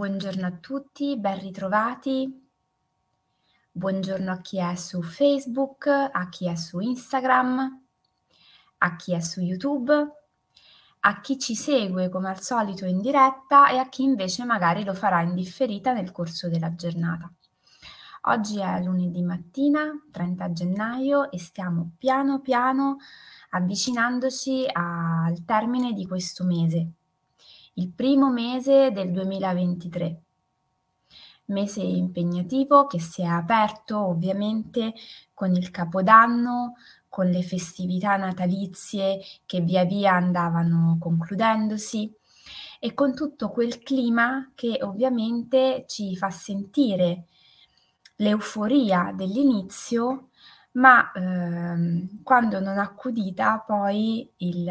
Buongiorno a tutti, ben ritrovati. Buongiorno a chi è su Facebook, a chi è su Instagram, a chi è su YouTube, a chi ci segue come al solito in diretta e a chi invece magari lo farà in differita nel corso della giornata. Oggi è lunedì mattina, 30 gennaio e stiamo piano piano avvicinandoci al termine di questo mese, il primo mese del 2023. Mese impegnativo che si è aperto ovviamente con il Capodanno, con le festività natalizie che via via andavano concludendosi e con tutto quel clima che ovviamente ci fa sentire l'euforia dell'inizio, ma quando non accudita poi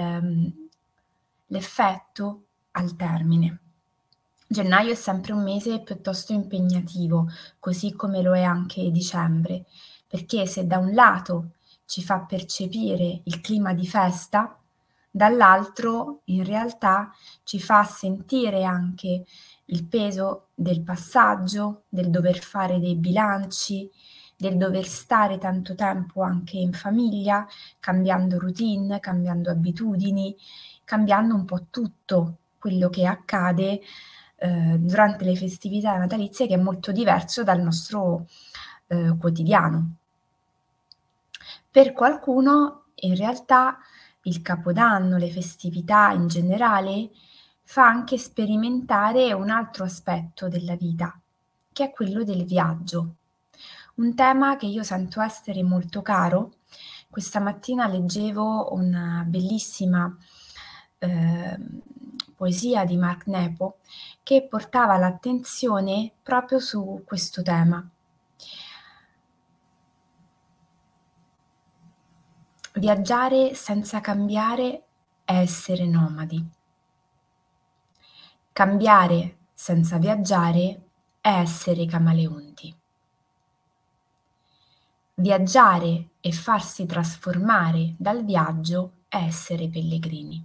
l'effetto al termine. Gennaio è sempre un mese piuttosto impegnativo, così come lo è anche dicembre, perché se da un lato ci fa percepire il clima di festa, dall'altro in realtà ci fa sentire anche il peso del passaggio, del dover fare dei bilanci, del dover stare tanto tempo anche in famiglia, cambiando routine, cambiando abitudini, cambiando un po' tutto quello che accade durante le festività natalizie, che è molto diverso dal nostro quotidiano. Per qualcuno in realtà il Capodanno, le festività in generale, fa anche sperimentare un altro aspetto della vita, che è quello del viaggio. Un tema che io sento essere molto caro. Questa mattina leggevo una bellissima poesia di Mark Nepo che portava l'attenzione proprio su questo tema. Viaggiare senza cambiare è essere nomadi. Cambiare senza viaggiare è essere camaleonti. Viaggiare e farsi trasformare dal viaggio è essere pellegrini.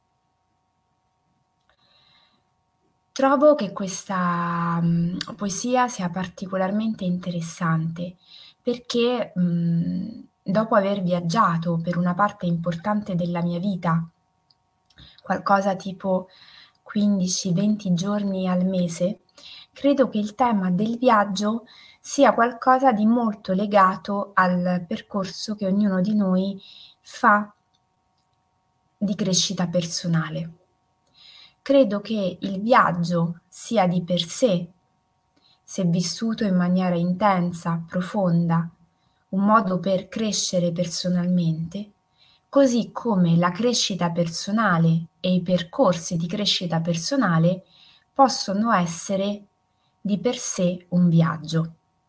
Trovo che questa poesia sia particolarmente interessante perché, dopo aver viaggiato per una parte importante della mia vita, qualcosa tipo 15, 20 giorni al mese, credo che il tema del viaggio sia qualcosa di molto legato al percorso che ognuno di noi fa di crescita personale. Credo che il viaggio sia di per sé, se vissuto in maniera intensa, profonda, un modo per crescere personalmente, così come la crescita personale e i percorsi di crescita personale possono essere di per sé un viaggio.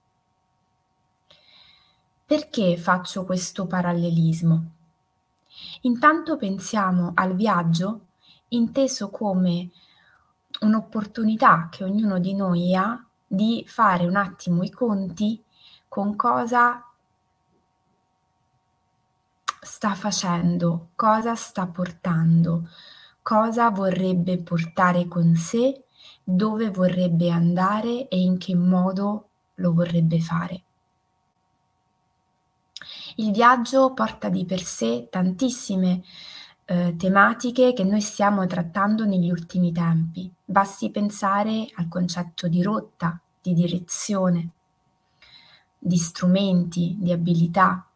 Perché faccio questo parallelismo? Intanto pensiamo al viaggio inteso come un'opportunità che ognuno di noi ha di fare un attimo i conti con cosa sta facendo, cosa sta portando, cosa vorrebbe portare con sé, dove vorrebbe andare e in che modo lo vorrebbe fare. Il viaggio porta di per sé tantissime tematiche che noi stiamo trattando negli ultimi tempi. Basti pensare al concetto di rotta, di direzione, di strumenti, di abilità.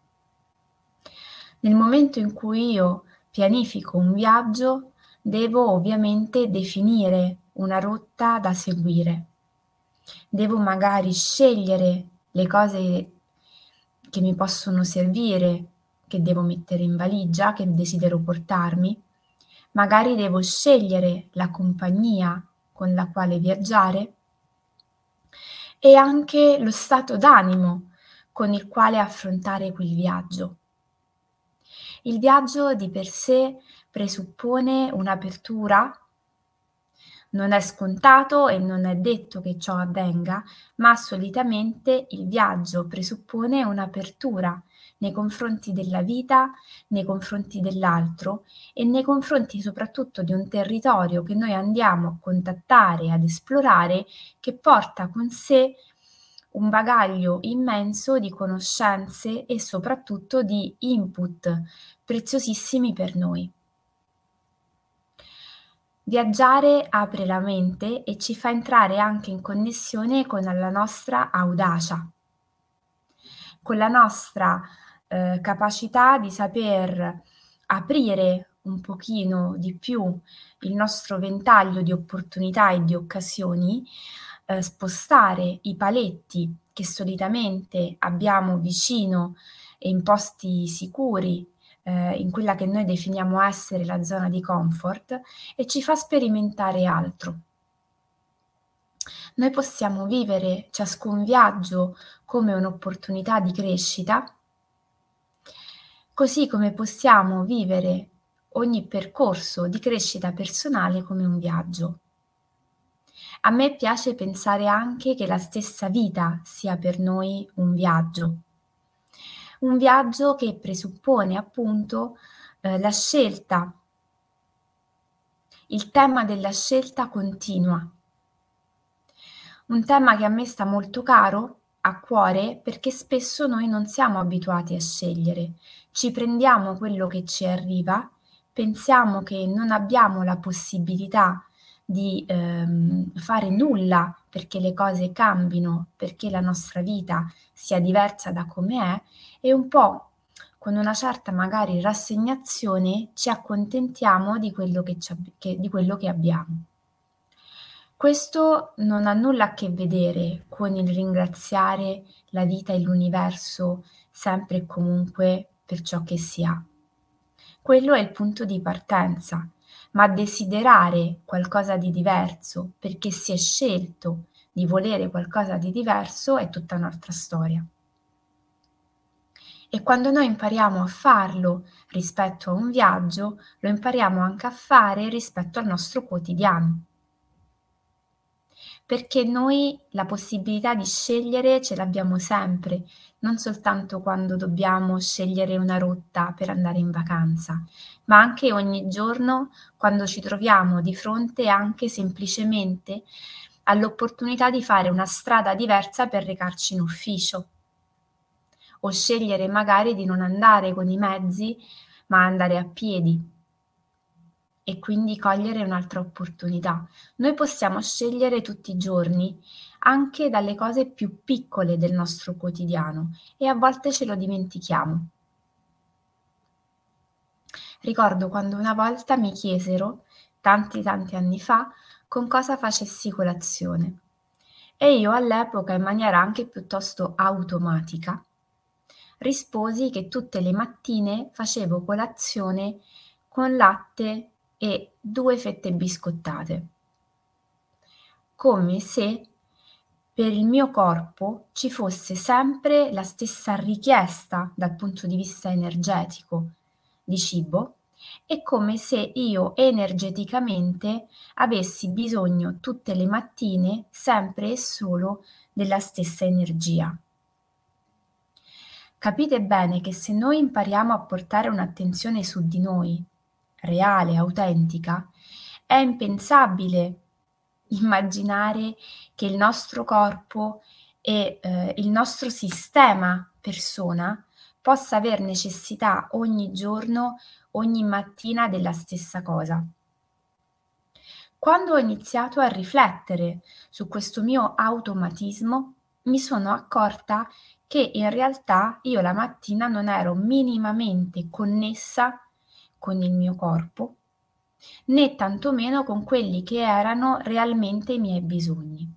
Nel momento in cui io pianifico un viaggio, devo ovviamente definire una rotta da seguire. Devo magari scegliere le cose che mi possono servire, che devo mettere in valigia, che desidero portarmi. Magari devo scegliere la compagnia con la quale viaggiare e anche lo stato d'animo con il quale affrontare quel viaggio. Il viaggio di per sé presuppone un'apertura. Non è scontato e non è detto che ciò avvenga, ma solitamente il viaggio presuppone un'apertura, nei confronti della vita, nei confronti dell'altro e nei confronti soprattutto di un territorio che noi andiamo a contattare, ad esplorare, che porta con sé un bagaglio immenso di conoscenze e soprattutto di input preziosissimi per noi. Viaggiare apre la mente e ci fa entrare anche in connessione con la nostra audacia, con la nostra capacità di saper aprire un pochino di più il nostro ventaglio di opportunità e di occasioni, spostare i paletti che solitamente abbiamo vicino e in posti sicuri, in quella che noi definiamo essere la zona di comfort, e ci fa sperimentare altro. Noi possiamo vivere ciascun viaggio come un'opportunità di crescita, così come possiamo vivere ogni percorso di crescita personale come un viaggio. A me piace pensare anche che la stessa vita sia per noi un viaggio che presuppone appunto la scelta, il tema della scelta continua. Un tema che a me sta molto caro, a cuore, perché spesso noi non siamo abituati a scegliere. Ci prendiamo quello che ci arriva, pensiamo che non abbiamo la possibilità di fare nulla perché le cose cambino, perché la nostra vita sia diversa da come è, e un po' con una certa magari rassegnazione ci accontentiamo di quello di quello che abbiamo. Questo non ha nulla a che vedere con il ringraziare la vita e l'universo sempre e comunque per ciò che si ha. Quello è il punto di partenza, ma desiderare qualcosa di diverso perché si è scelto di volere qualcosa di diverso è tutta un'altra storia. E quando noi impariamo a farlo rispetto a un viaggio, lo impariamo anche a fare rispetto al nostro quotidiano. Perché noi la possibilità di scegliere ce l'abbiamo sempre, non soltanto quando dobbiamo scegliere una rotta per andare in vacanza, ma anche ogni giorno quando ci troviamo di fronte anche semplicemente all'opportunità di fare una strada diversa per recarci in ufficio o scegliere magari di non andare con i mezzi, ma andare a piedi e quindi cogliere un'altra opportunità. Noi possiamo scegliere tutti i giorni, anche dalle cose più piccole del nostro quotidiano, e a volte ce lo dimentichiamo. Ricordo quando una volta mi chiesero, tanti anni fa, con cosa facessi colazione. E io all'epoca, in maniera anche piuttosto automatica, risposi che tutte le mattine facevo colazione con latte e 2 fette biscottate, come se per il mio corpo ci fosse sempre la stessa richiesta dal punto di vista energetico di cibo e come se io energeticamente avessi bisogno tutte le mattine sempre e solo della stessa energia. Capite bene che se noi impariamo a portare un'attenzione su di noi, reale, autentica, è impensabile immaginare che il nostro corpo e il nostro sistema persona possa aver necessità ogni giorno, ogni mattina della stessa cosa. Quando ho iniziato a riflettere su questo mio automatismo, mi sono accorta che in realtà io la mattina non ero minimamente connessa con il mio corpo, né tantomeno con quelli che erano realmente i miei bisogni.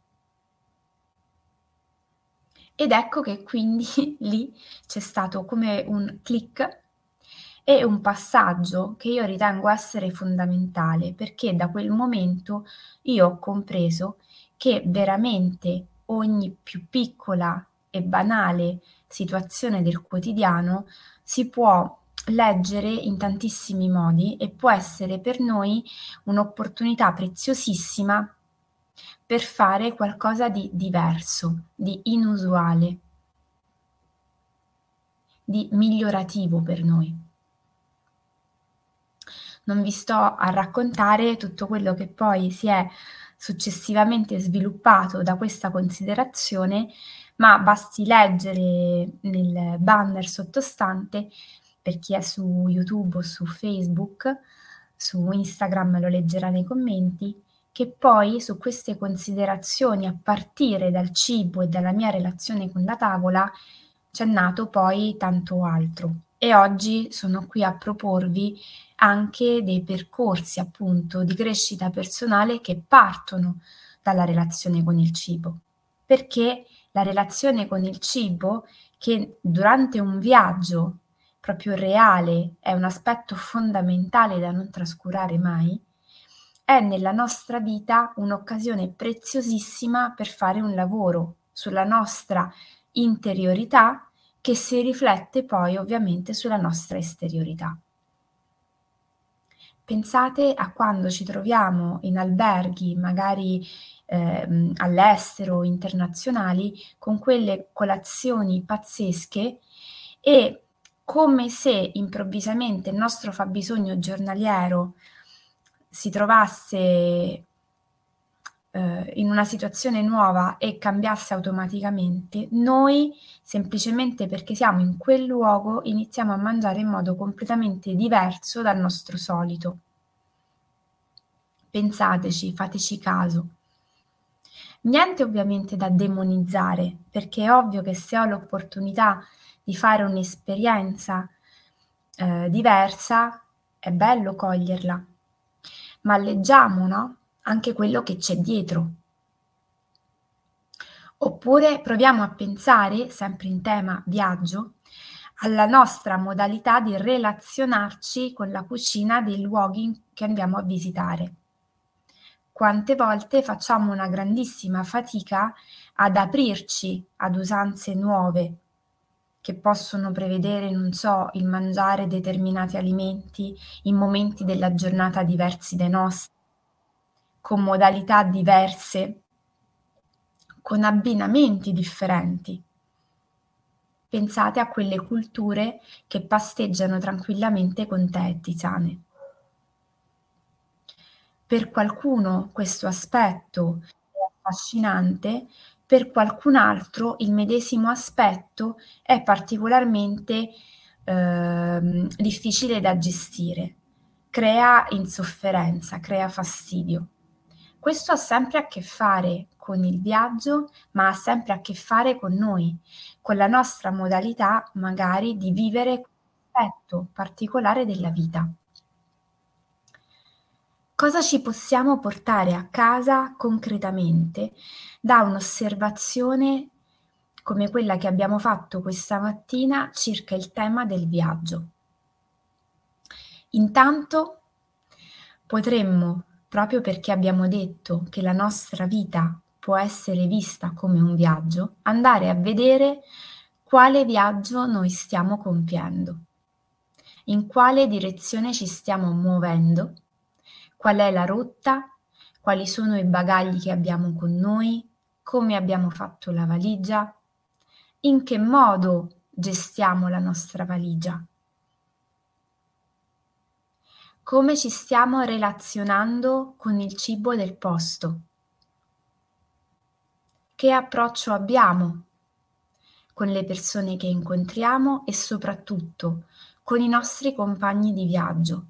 Ed ecco che quindi lì c'è stato come un click e un passaggio che io ritengo essere fondamentale, perché da quel momento io ho compreso che veramente ogni più piccola e banale situazione del quotidiano si può leggere in tantissimi modi e può essere per noi un'opportunità preziosissima per fare qualcosa di diverso, di inusuale, di migliorativo per noi. Non vi sto a raccontare tutto quello che poi si è successivamente sviluppato da questa considerazione, ma basti leggere nel banner sottostante, per chi è su YouTube o su Facebook, su Instagram lo leggerà nei commenti, che poi su queste considerazioni, a partire dal cibo e dalla mia relazione con la tavola, c'è nato poi tanto altro. E oggi sono qui a proporvi anche dei percorsi, appunto, di crescita personale che partono dalla relazione con il cibo. Perché la relazione con il cibo, che durante un viaggio proprio reale è un aspetto fondamentale da non trascurare mai, è nella nostra vita un'occasione preziosissima per fare un lavoro sulla nostra interiorità che si riflette poi ovviamente sulla nostra esteriorità. Pensate a quando ci troviamo in alberghi, magari all'estero, internazionali, con quelle colazioni pazzesche e come se improvvisamente il nostro fabbisogno giornaliero si trovasse in una situazione nuova e cambiasse automaticamente, noi semplicemente perché siamo in quel luogo iniziamo a mangiare in modo completamente diverso dal nostro solito. Pensateci, fateci caso. Niente ovviamente da demonizzare, perché è ovvio che se ho l'opportunità di fare un'esperienza diversa, è bello coglierla, ma leggiamo, no? Anche quello che c'è dietro. Oppure proviamo a pensare, sempre in tema viaggio, alla nostra modalità di relazionarci con la cucina dei luoghi che andiamo a visitare. Quante volte facciamo una grandissima fatica ad aprirci ad usanze nuove che possono prevedere, non so, il mangiare determinati alimenti in momenti della giornata diversi dai nostri, con modalità diverse, con abbinamenti differenti. Pensate a quelle culture che pasteggiano tranquillamente con tè e tisane. Per qualcuno questo aspetto è affascinante, per qualcun altro il medesimo aspetto è particolarmente, difficile da gestire, crea insofferenza, crea fastidio. Questo ha sempre a che fare con il viaggio, ma ha sempre a che fare con noi, con la nostra modalità magari di vivere un aspetto particolare della vita. Cosa ci possiamo portare a casa concretamente da un'osservazione come quella che abbiamo fatto questa mattina circa il tema del viaggio? Intanto potremmo, proprio perché abbiamo detto che la nostra vita può essere vista come un viaggio, andare a vedere quale viaggio noi stiamo compiendo, in quale direzione ci stiamo muovendo, qual è la rotta, quali sono i bagagli che abbiamo con noi, come abbiamo fatto la valigia, in che modo gestiamo la nostra valigia, come ci stiamo relazionando con il cibo del posto, che approccio abbiamo con le persone che incontriamo e soprattutto con i nostri compagni di viaggio.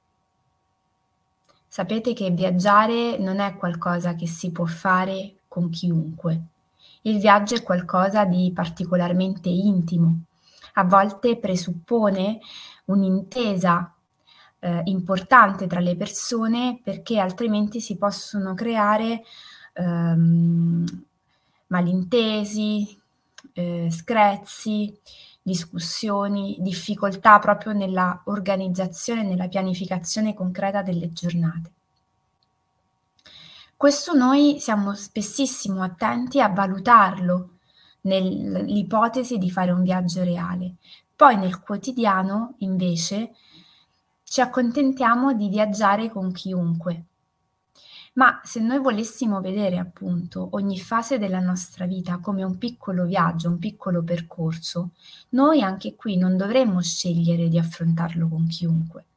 Sapete che viaggiare non è qualcosa che si può fare con chiunque. Il viaggio è qualcosa di particolarmente intimo. A volte presuppone un'intesa importante tra le persone perché altrimenti si possono creare ehm, malintesi, screzi, discussioni, difficoltà proprio nella organizzazione e nella pianificazione concreta delle giornate. Questo noi siamo spessissimo attenti a valutarlo nell'ipotesi di fare un viaggio reale. Poi nel quotidiano, invece, ci accontentiamo di viaggiare con chiunque. Ma se noi volessimo vedere appunto ogni fase della nostra vita come un piccolo viaggio, un piccolo percorso, noi anche qui non dovremmo scegliere di affrontarlo con chiunque.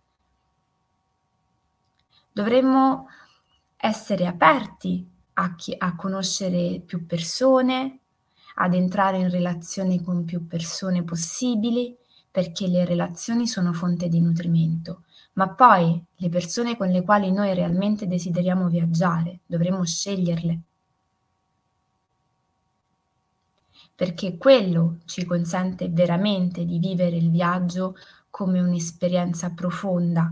Dovremmo essere aperti a conoscere più persone, ad entrare in relazione con più persone possibili, perché le relazioni sono fonte di nutrimento. Ma poi le persone con le quali noi realmente desideriamo viaggiare, dovremmo sceglierle, perché quello ci consente veramente di vivere il viaggio come un'esperienza profonda.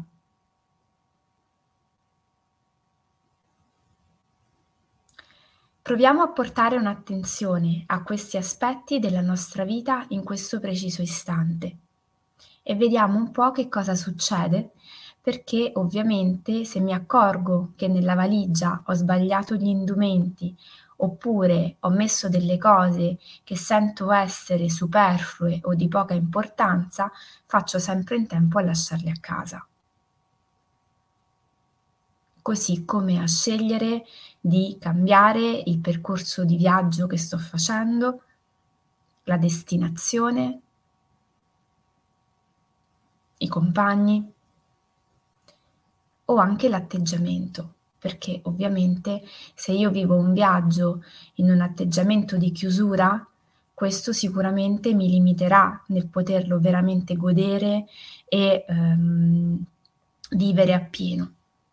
Proviamo a portare un'attenzione a questi aspetti della nostra vita in questo preciso istante e vediamo un po' che cosa succede, perché ovviamente se mi accorgo che nella valigia ho sbagliato gli indumenti oppure ho messo delle cose che sento essere superflue o di poca importanza, faccio sempre in tempo a lasciarle a casa. Così come a scegliere di cambiare il percorso di viaggio che sto facendo, la destinazione, i compagni o anche l'atteggiamento, perché ovviamente se io vivo un viaggio in un atteggiamento di chiusura, questo sicuramente mi limiterà nel poterlo veramente godere e, vivere appieno.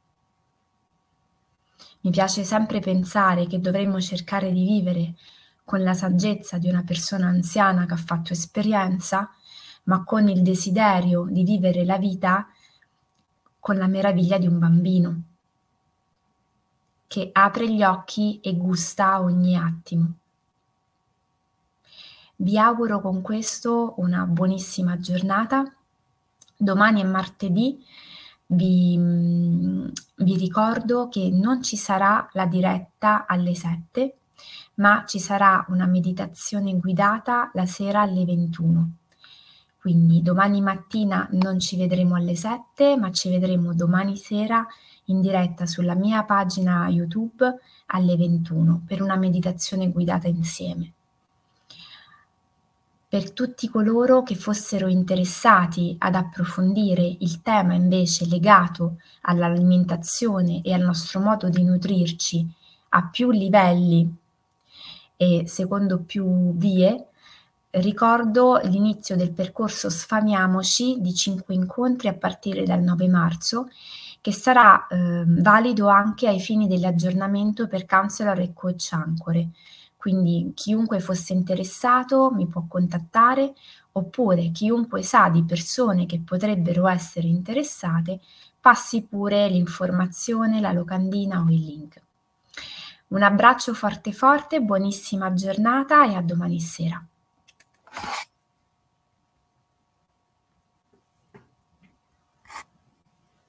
Mi piace sempre pensare che dovremmo cercare di vivere con la saggezza di una persona anziana che ha fatto esperienza, ma con il desiderio di vivere la vita con la meraviglia di un bambino che apre gli occhi e gusta ogni attimo. Vi auguro con questo una buonissima giornata. Domani è martedì, vi ricordo che non ci sarà la diretta alle 7, ma ci sarà una meditazione guidata la sera alle 21. Quindi domani mattina non ci vedremo alle 7, ma ci vedremo domani sera in diretta sulla mia pagina YouTube alle 21 per una meditazione guidata insieme. Per tutti coloro che fossero interessati ad approfondire il tema invece legato all'alimentazione e al nostro modo di nutrirci a più livelli e secondo più vie, ricordo l'inizio del percorso Sfamiamoci di 5 incontri a partire dal 9 marzo, che sarà valido anche ai fini dell'aggiornamento per counselor e coach ancore. Quindi chiunque fosse interessato mi può contattare, oppure chiunque sa di persone che potrebbero essere interessate, passi pure l'informazione, la locandina o il link. Un abbraccio forte forte, buonissima giornata e a domani sera.